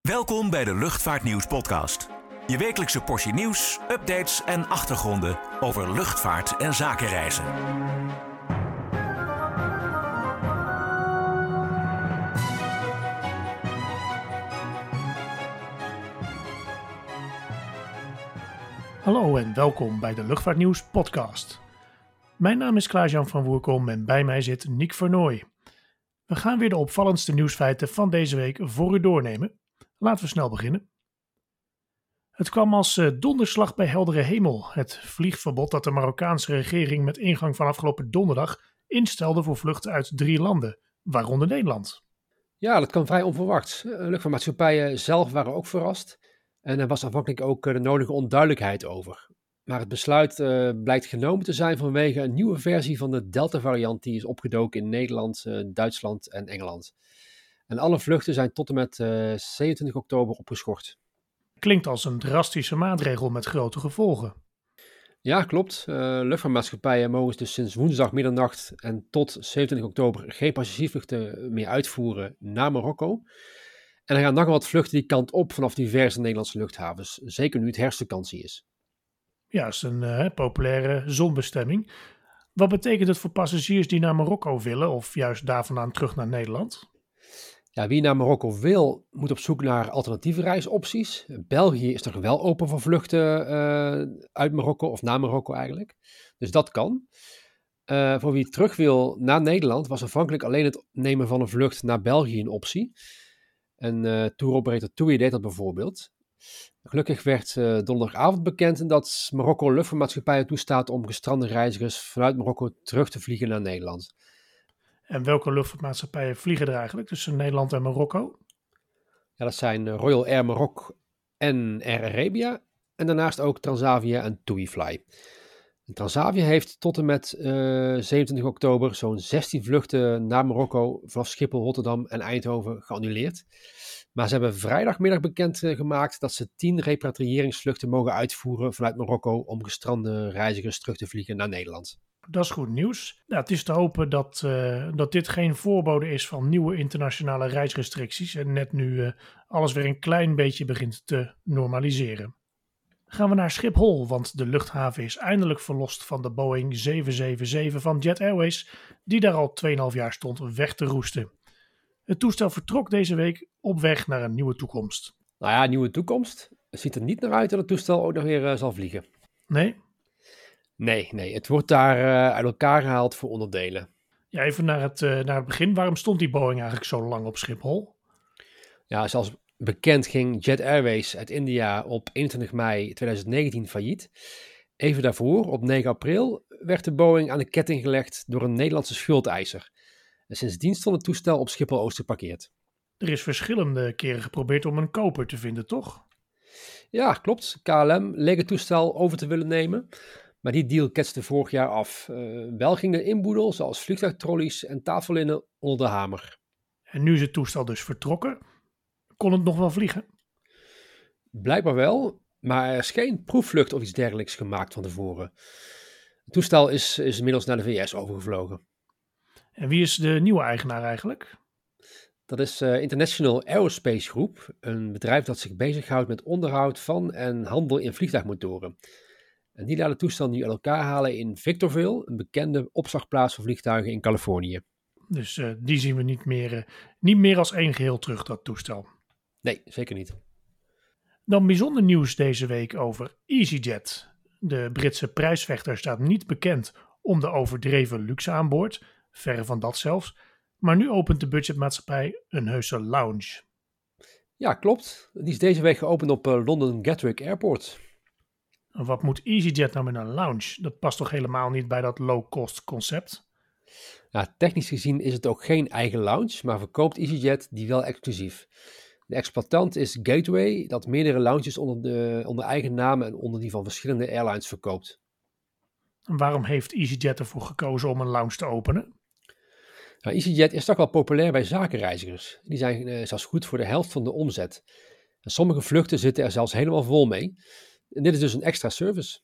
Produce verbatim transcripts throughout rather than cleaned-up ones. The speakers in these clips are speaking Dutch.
Welkom bij de Luchtvaartnieuws podcast. Je wekelijkse portie nieuws, updates en achtergronden over luchtvaart en zakenreizen. Hallo en welkom bij de Luchtvaartnieuws podcast. Mijn naam is Klaas-Jan van Woerkom en bij mij zit Nick Vernooy. We gaan weer de opvallendste nieuwsfeiten van deze week voor u doornemen. Laten we snel beginnen. Het kwam als uh, donderslag bij heldere hemel. Het vliegverbod dat de Marokkaanse regering met ingang van afgelopen donderdag instelde voor vluchten uit drie landen, waaronder Nederland. Ja, dat kwam vrij onverwachts. Uh, luchtvaartmaatschappijen zelf waren ook verrast. En er was aanvankelijk ook uh, de nodige onduidelijkheid over. Maar het besluit uh, blijkt genomen te zijn vanwege een nieuwe versie van de Delta-variant die is opgedoken in Nederland, uh, Duitsland en Engeland. En alle vluchten zijn tot en met uh, zevenentwintig oktober opgeschort. Klinkt als een drastische maatregel met grote gevolgen. Ja, klopt. Uh, luchtvaartmaatschappijen mogen dus sinds woensdag middernacht en tot zevenentwintig oktober geen passagiersvluchten meer uitvoeren naar Marokko. En er gaan nog wat vluchten die kant op vanaf diverse Nederlandse luchthavens, zeker nu het herfstvakantie is. Ja, dat is een uh, populaire zonbestemming. Wat betekent het voor passagiers die naar Marokko willen of juist daar vandaan terug naar Nederland? Ja, wie naar Marokko wil, moet op zoek naar alternatieve reisopties. België is toch wel open voor vluchten uh, uit Marokko of naar Marokko eigenlijk. Dus dat kan. Uh, voor wie terug wil naar Nederland was aanvankelijk alleen het nemen van een vlucht naar België een optie. En uh, touroperator TUI deed dat bijvoorbeeld. Gelukkig werd uh, donderdagavond bekend dat Marokko luchtvaartmaatschappijen toestaat om gestrande reizigers vanuit Marokko terug te vliegen naar Nederland. En welke luchtvaartmaatschappijen vliegen er eigenlijk tussen Nederland en Marokko? Ja, dat zijn Royal Air Maroc en Air Arabia. En daarnaast ook Transavia en TUIfly. En Transavia heeft tot en met uh, zevenentwintig oktober zo'n zestien vluchten naar Marokko vanaf Schiphol, Rotterdam en Eindhoven geannuleerd. Maar ze hebben vrijdagmiddag bekend gemaakt dat ze tien repatriëringsvluchten mogen uitvoeren vanuit Marokko om gestrande reizigers terug te vliegen naar Nederland. Dat is goed nieuws. Nou, het is te hopen dat, uh, dat dit geen voorbode is van nieuwe internationale reisrestricties en net nu uh, alles weer een klein beetje begint te normaliseren. Gaan we naar Schiphol, want de luchthaven is eindelijk verlost van de Boeing zeven zeven zeven van Jet Airways, die daar al twee komma vijf jaar stond weg te roesten. Het toestel vertrok deze week op weg naar een nieuwe toekomst. Nou ja, nieuwe toekomst. Het ziet er niet naar uit dat het toestel ook nog weer uh, zal vliegen. Nee? Nee, nee. Het wordt daar uh, uit elkaar gehaald voor onderdelen. Ja, even naar het, uh, naar het begin. Waarom stond die Boeing eigenlijk zo lang op Schiphol? Ja, zoals bekend ging Jet Airways uit India op eenentwintig mei tweeduizend negentien failliet. Even daarvoor, op negen april, werd de Boeing aan de ketting gelegd door een Nederlandse schuldeiser. En sindsdien stond het toestel op Schiphol-Oost geparkeerd. Er is verschillende keren geprobeerd om een koper te vinden, toch? Ja, klopt. K L M leek het toestel over te willen nemen. Maar die deal ketste vorig jaar af. Uh, wel ging de inboedel, zoals vliegtuigtrollies en tafellinnen, onder de hamer. En nu is het toestel dus vertrokken. Kon het nog wel vliegen? Blijkbaar wel, maar er is geen proefvlucht of iets dergelijks gemaakt van tevoren. Het toestel is, is inmiddels naar de V S overgevlogen. En wie is de nieuwe eigenaar eigenlijk? Dat is uh, International Aerospace Group, een bedrijf dat zich bezighoudt met onderhoud van en handel in vliegtuigmotoren. En die laat het toestel nu uit elkaar halen in Victorville, een bekende opslagplaats voor vliegtuigen in Californië. Dus uh, die zien we niet meer, uh, niet meer als één geheel terug, dat toestel. Nee, zeker niet. Dan bijzonder nieuws deze week over EasyJet. De Britse prijsvechter staat niet bekend om de overdreven luxe aan boord, verre van dat zelfs. Maar nu opent de budgetmaatschappij een heuse lounge. Ja, klopt. Die is deze week geopend op uh, London Gatwick Airport. Wat moet EasyJet nou met een lounge? Dat past toch helemaal niet bij dat low-cost concept? Ja, technisch gezien is het ook geen eigen lounge, maar verkoopt EasyJet die wel exclusief. De exploitant is Gateway, dat meerdere lounges onder, de, onder eigen naam en onder die van verschillende airlines verkoopt. En waarom heeft EasyJet ervoor gekozen om een lounge te openen? Nou, EasyJet is toch wel populair bij zakenreizigers. Die zijn uh, zelfs goed voor de helft van de omzet. En sommige vluchten zitten er zelfs helemaal vol mee. En dit is dus een extra service.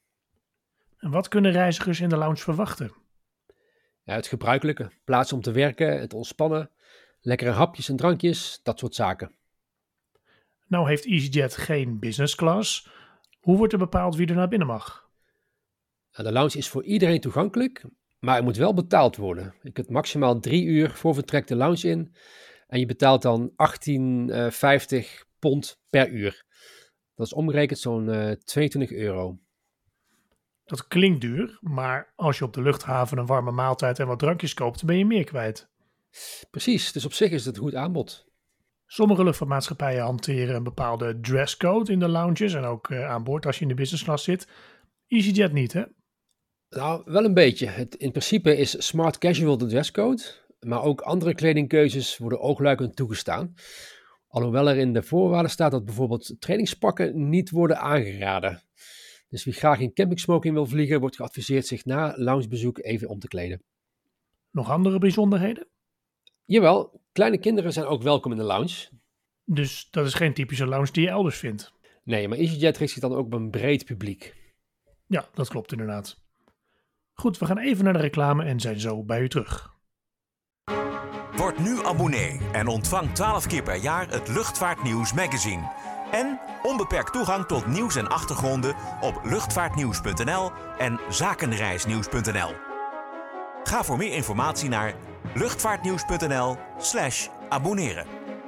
En wat kunnen reizigers in de lounge verwachten? Ja, het gebruikelijke. Plaats om te werken en te ontspannen. Lekkere hapjes en drankjes, dat soort zaken. Nou heeft EasyJet geen business class. Hoe wordt er bepaald wie er naar binnen mag? Nou, de lounge is voor iedereen toegankelijk, maar er moet wel betaald worden. Je kunt maximaal drie uur voor vertrek de lounge in en je betaalt dan achttien vijftig pond per uur. Dat is omgerekend zo'n uh, tweeëntwintig euro. Dat klinkt duur, maar als je op de luchthaven een warme maaltijd en wat drankjes koopt, dan ben je meer kwijt. Precies, dus op zich is het een goed aanbod. Sommige luchtvaartmaatschappijen hanteren een bepaalde dresscode in de lounges en ook uh, aan boord als je in de business class zit. EasyJet niet, hè? Nou, wel een beetje. Het, in principe is smart casual de dresscode, maar ook andere kledingkeuzes worden oogluikend toegestaan. Alhoewel er in de voorwaarden staat dat bijvoorbeeld trainingspakken niet worden aangeraden. Dus wie graag in campingsmoking wil vliegen, wordt geadviseerd zich na loungebezoek even om te kleden. Nog andere bijzonderheden? Jawel, kleine kinderen zijn ook welkom in de lounge. Dus dat is geen typische lounge die je elders vindt? Nee, maar EasyJet richt zich dan ook op een breed publiek. Ja, dat klopt inderdaad. Goed, we gaan even naar de reclame en zijn zo bij u terug. Word nu abonnee en ontvang twaalf keer per jaar het Luchtvaartnieuws magazine. En onbeperkt toegang tot nieuws en achtergronden op luchtvaartnieuws punt n l en zakenreisnieuws punt n l. Ga voor meer informatie naar luchtvaartnieuws punt n l slash abonneren.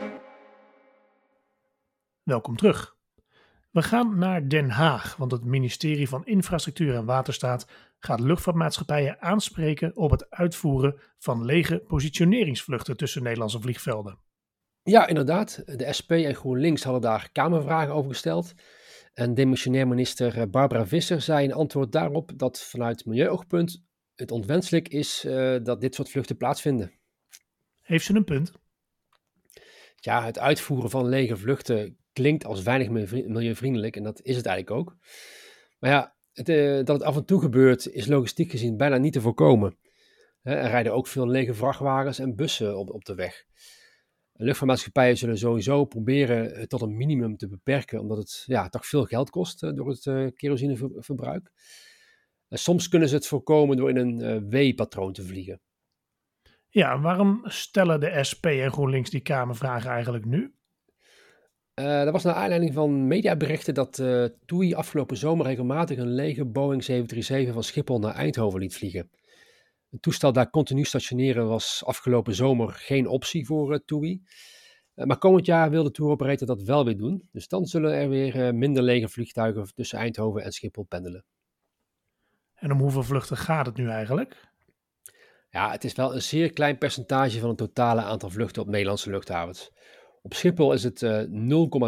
Welkom terug. We gaan naar Den Haag, want het ministerie van Infrastructuur en Waterstaat gaat luchtvaartmaatschappijen aanspreken op het uitvoeren van lege positioneringsvluchten tussen Nederlandse vliegvelden. Ja, inderdaad. De S P en GroenLinks hadden daar Kamervragen over gesteld. En demissionair minister Barbara Visser zei in antwoord daarop dat vanuit milieuoogpunt het onwenselijk is uh, dat dit soort vluchten plaatsvinden. Heeft ze een punt? Ja, het uitvoeren van lege vluchten klinkt als weinig milieuvriendelijk en dat is het eigenlijk ook. Maar ja, het, uh, dat het af en toe gebeurt is logistiek gezien bijna niet te voorkomen. He, er rijden ook veel lege vrachtwagens en bussen op, op de weg. Luchtvaartmaatschappijen zullen sowieso proberen het tot een minimum te beperken, omdat het ja, toch veel geld kost uh, door het uh, kerosineverbruik. En soms kunnen ze het voorkomen door in een uh, W-patroon te vliegen. Ja, waarom stellen de S P en GroenLinks die Kamervragen eigenlijk nu? Uh, dat was naar aanleiding van mediaberichten dat uh, TUI afgelopen zomer regelmatig een lege Boeing zeven drie zeven van Schiphol naar Eindhoven liet vliegen. Een toestel daar continu stationeren was afgelopen zomer geen optie voor uh, TUI. Uh, maar komend jaar wil de tour operator dat wel weer doen. Dus dan zullen er weer uh, minder lege vliegtuigen tussen Eindhoven en Schiphol pendelen. En om hoeveel vluchten gaat het nu eigenlijk? Ja, het is wel een zeer klein percentage van het totale aantal vluchten op Nederlandse luchthavens. Op Schiphol is het uh, nul komma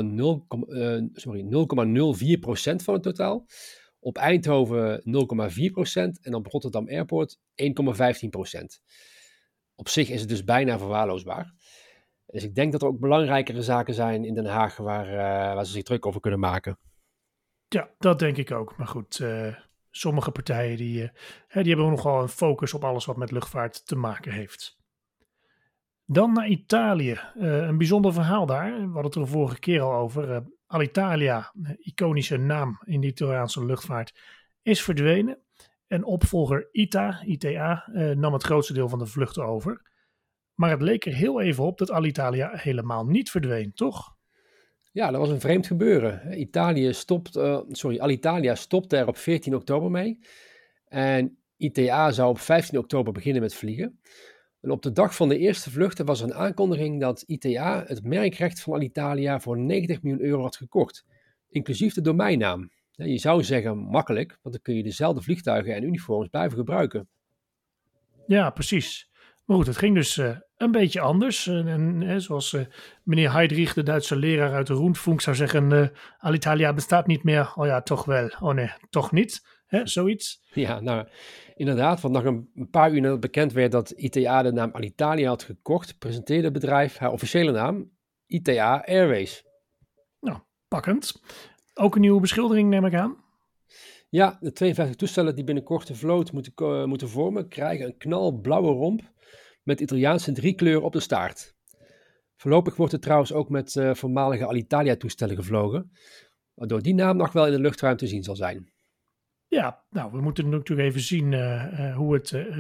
nul vier procent van het totaal. Op Eindhoven nul komma vier procent en op Rotterdam Airport één komma vijftien procent. Op zich is het dus bijna verwaarloosbaar. Dus ik denk dat er ook belangrijkere zaken zijn in Den Haag waar, uh, waar ze zich druk over kunnen maken. Ja, dat denk ik ook. Maar goed, uh, sommige partijen die, uh, die hebben nogal een focus op alles wat met luchtvaart te maken heeft. Dan naar Italië. Uh, een bijzonder verhaal daar. We hadden het er de vorige keer al over. Uh, Alitalia, iconische naam in de Italiaanse luchtvaart, is verdwenen. En opvolger I T A, I T A uh, nam het grootste deel van de vluchten over. Maar het leek er heel even op dat Alitalia helemaal niet verdween, toch? Ja, dat was een vreemd gebeuren. Italië stopt, uh, sorry, Alitalia stopte er op veertien oktober mee. En I T A zou op vijftien oktober beginnen met vliegen. En op de dag van de eerste vluchten was er een aankondiging dat I T A het merkrecht van Alitalia voor negentig miljoen euro had gekocht. Inclusief de domeinnaam. Je zou zeggen makkelijk, want dan kun je dezelfde vliegtuigen en uniforms blijven gebruiken. Ja, precies. Maar goed, het ging dus uh, een beetje anders. En, en uh, zoals uh, meneer Heydrich, de Duitse leraar uit de Rundfunk, zou zeggen, uh, Alitalia bestaat niet meer. Oh ja, toch wel. Oh nee, toch niet. Hè, zoiets. Ja, nou, inderdaad, want nog een, een paar uur nadat bekend werd dat I T A de naam Alitalia had gekocht, presenteerde het bedrijf haar officiële naam, I T A Airways. Nou, pakkend. Ook een nieuwe beschildering, neem ik aan. Ja, de tweeënvijftig toestellen die binnenkort de vloot moeten, uh, moeten vormen, krijgen een knalblauwe romp met Italiaanse driekleur op de staart. Voorlopig wordt het trouwens ook met uh, voormalige Alitalia-toestellen gevlogen, waardoor die naam nog wel in de luchtruim te zien zal zijn. Ja, nou, we moeten natuurlijk even zien uh, uh, hoe het uh,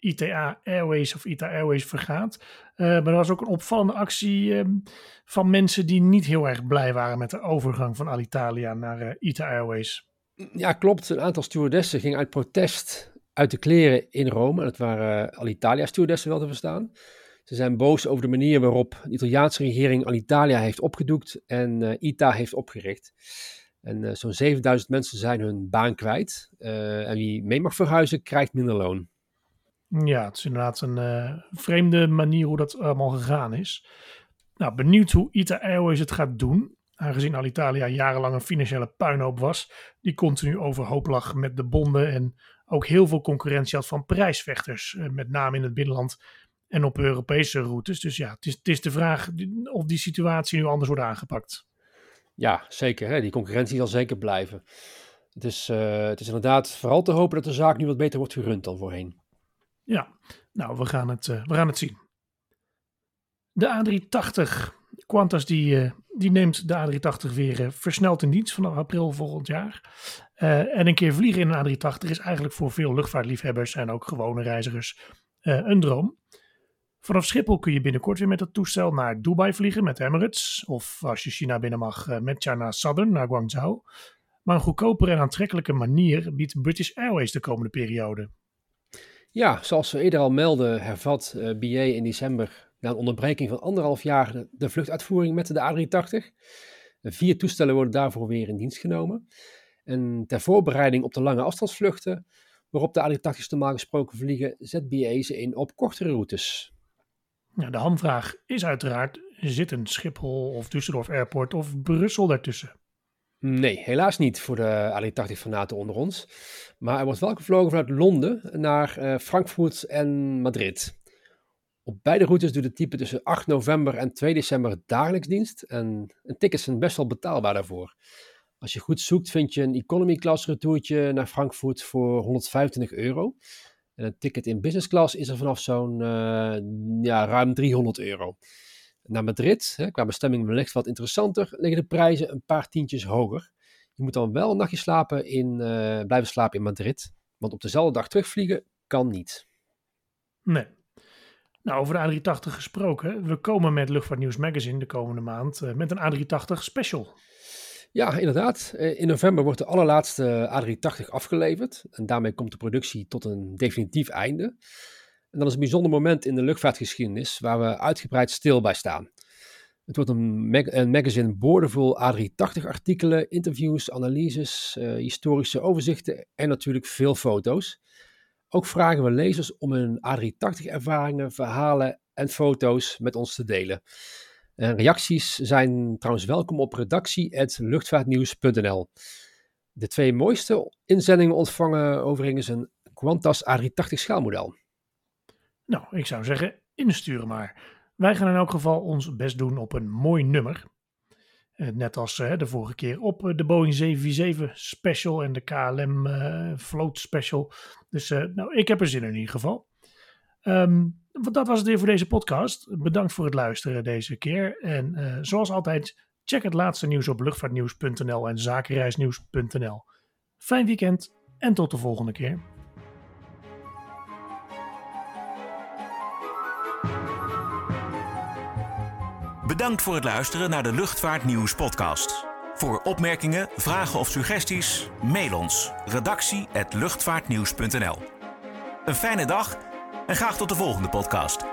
I T A Airways of I T A Airways vergaat. Uh, maar er was ook een opvallende actie um, van mensen die niet heel erg blij waren met de overgang van Alitalia naar uh, I T A Airways. Ja, klopt. Een aantal stewardessen gingen uit protest uit de kleren in Rome. En dat waren uh, Alitalia stewardessen wel te verstaan. Ze zijn boos over de manier waarop de Italiaanse regering Alitalia heeft opgedoekt en uh, I T A heeft opgericht. En uh, zo'n zevenduizend mensen zijn hun baan kwijt. Uh, en wie mee mag verhuizen, krijgt minder loon. Ja, het is inderdaad een uh, vreemde manier hoe dat allemaal gegaan is. Nou, benieuwd hoe I T A Airways het gaat doen. Aangezien Alitalia jarenlang een financiële puinhoop was. Die continu overhoop lag met de bonden. En ook heel veel concurrentie had van prijsvechters. Uh, met name in het binnenland en op Europese routes. Dus ja, het is, het is de vraag of die situatie nu anders wordt aangepakt. Ja, zeker. Hè? Die concurrentie zal zeker blijven. Het is, uh, het is inderdaad vooral te hopen dat de zaak nu wat beter wordt gerund dan voorheen. Ja, nou, we gaan het, uh, we gaan het zien. De A driehonderdtachtig. Qantas die, uh, die neemt de A driehonderdtachtig weer uh, versneld in dienst vanaf april volgend jaar. Uh, en een keer vliegen in een A driehonderdtachtig is eigenlijk voor veel luchtvaartliefhebbers en ook gewone reizigers uh, een droom. Vanaf Schiphol kun je binnenkort weer met het toestel naar Dubai vliegen met Emirates. Of als je China binnen mag uh, met China Southern naar Guangzhou. Maar een goedkopere en aantrekkelijke manier biedt British Airways de komende periode. Ja, zoals we eerder al melden, hervat uh, B A in december na een onderbreking van anderhalf jaar de, de vluchtuitvoering met de A driehonderdtachtig. Vier toestellen worden daarvoor weer in dienst genomen. En ter voorbereiding op de lange afstandsvluchten, waarop de A driehonderdtachtig normaal gesproken vliegen, zet B A ze in op kortere routes. Nou, de hamvraag is uiteraard, zit een Schiphol of Düsseldorf Airport of Brussel daartussen? Nee, helaas niet voor de A driehonderdtachtig fanaten onder ons. Maar er wordt wel gevlogen vanuit Londen naar uh, Frankfurt en Madrid. Op beide routes doet het type tussen acht november en twee december dagelijks dienst. En, en tickets zijn best wel betaalbaar daarvoor. Als je goed zoekt vind je een economy class retourtje naar Frankfurt voor honderdvijfentwintig euro. En een ticket in business class is er vanaf zo'n uh, ja, ruim driehonderd euro. Naar Madrid, hè, qua bestemming wellicht wat interessanter, liggen de prijzen een paar tientjes hoger. Je moet dan wel een nachtje slapen in, uh, blijven slapen in Madrid. Want op dezelfde dag terugvliegen kan niet. Nee. Nou, over de A driehonderdtachtig gesproken. We komen met Luchtvaartnieuws Magazine de komende maand uh, met een A driehonderdtachtig special. Ja, inderdaad. In november wordt de allerlaatste A driehonderdtachtig afgeleverd. En daarmee komt de productie tot een definitief einde. En dat is een bijzonder moment in de luchtvaartgeschiedenis waar we uitgebreid stil bij staan. Het wordt een, mag- een magazine boordevol A driehonderdtachtig artikelen, interviews, analyses, uh, historische overzichten en natuurlijk veel foto's. Ook vragen we lezers om hun A driehonderdtachtig ervaringen, verhalen en foto's met ons te delen. En reacties zijn trouwens welkom op redactie apenstaartje luchtvaartnieuws punt n l. De twee mooiste inzendingen ontvangen overigens een Qantas A driehonderdtachtig schaalmodel. Nou, ik zou zeggen, insturen maar. Wij gaan in elk geval ons best doen op een mooi nummer. Uh, net als uh, de vorige keer op uh, de Boeing zeven vier zeven special en de K L M uh, Float special. Dus uh, nou, ik heb er zin in in ieder geval. Um, dat was het weer voor deze podcast. Bedankt voor het luisteren deze keer. En uh, zoals altijd, check het laatste nieuws op luchtvaartnieuws punt n l en zakenreisnieuws punt n l. Fijn weekend en tot de volgende keer. Bedankt voor het luisteren naar de Luchtvaartnieuws podcast. Voor opmerkingen, vragen of suggesties, mail ons redactie apenstaartje luchtvaartnieuws punt n l. Een fijne dag en graag tot de volgende podcast.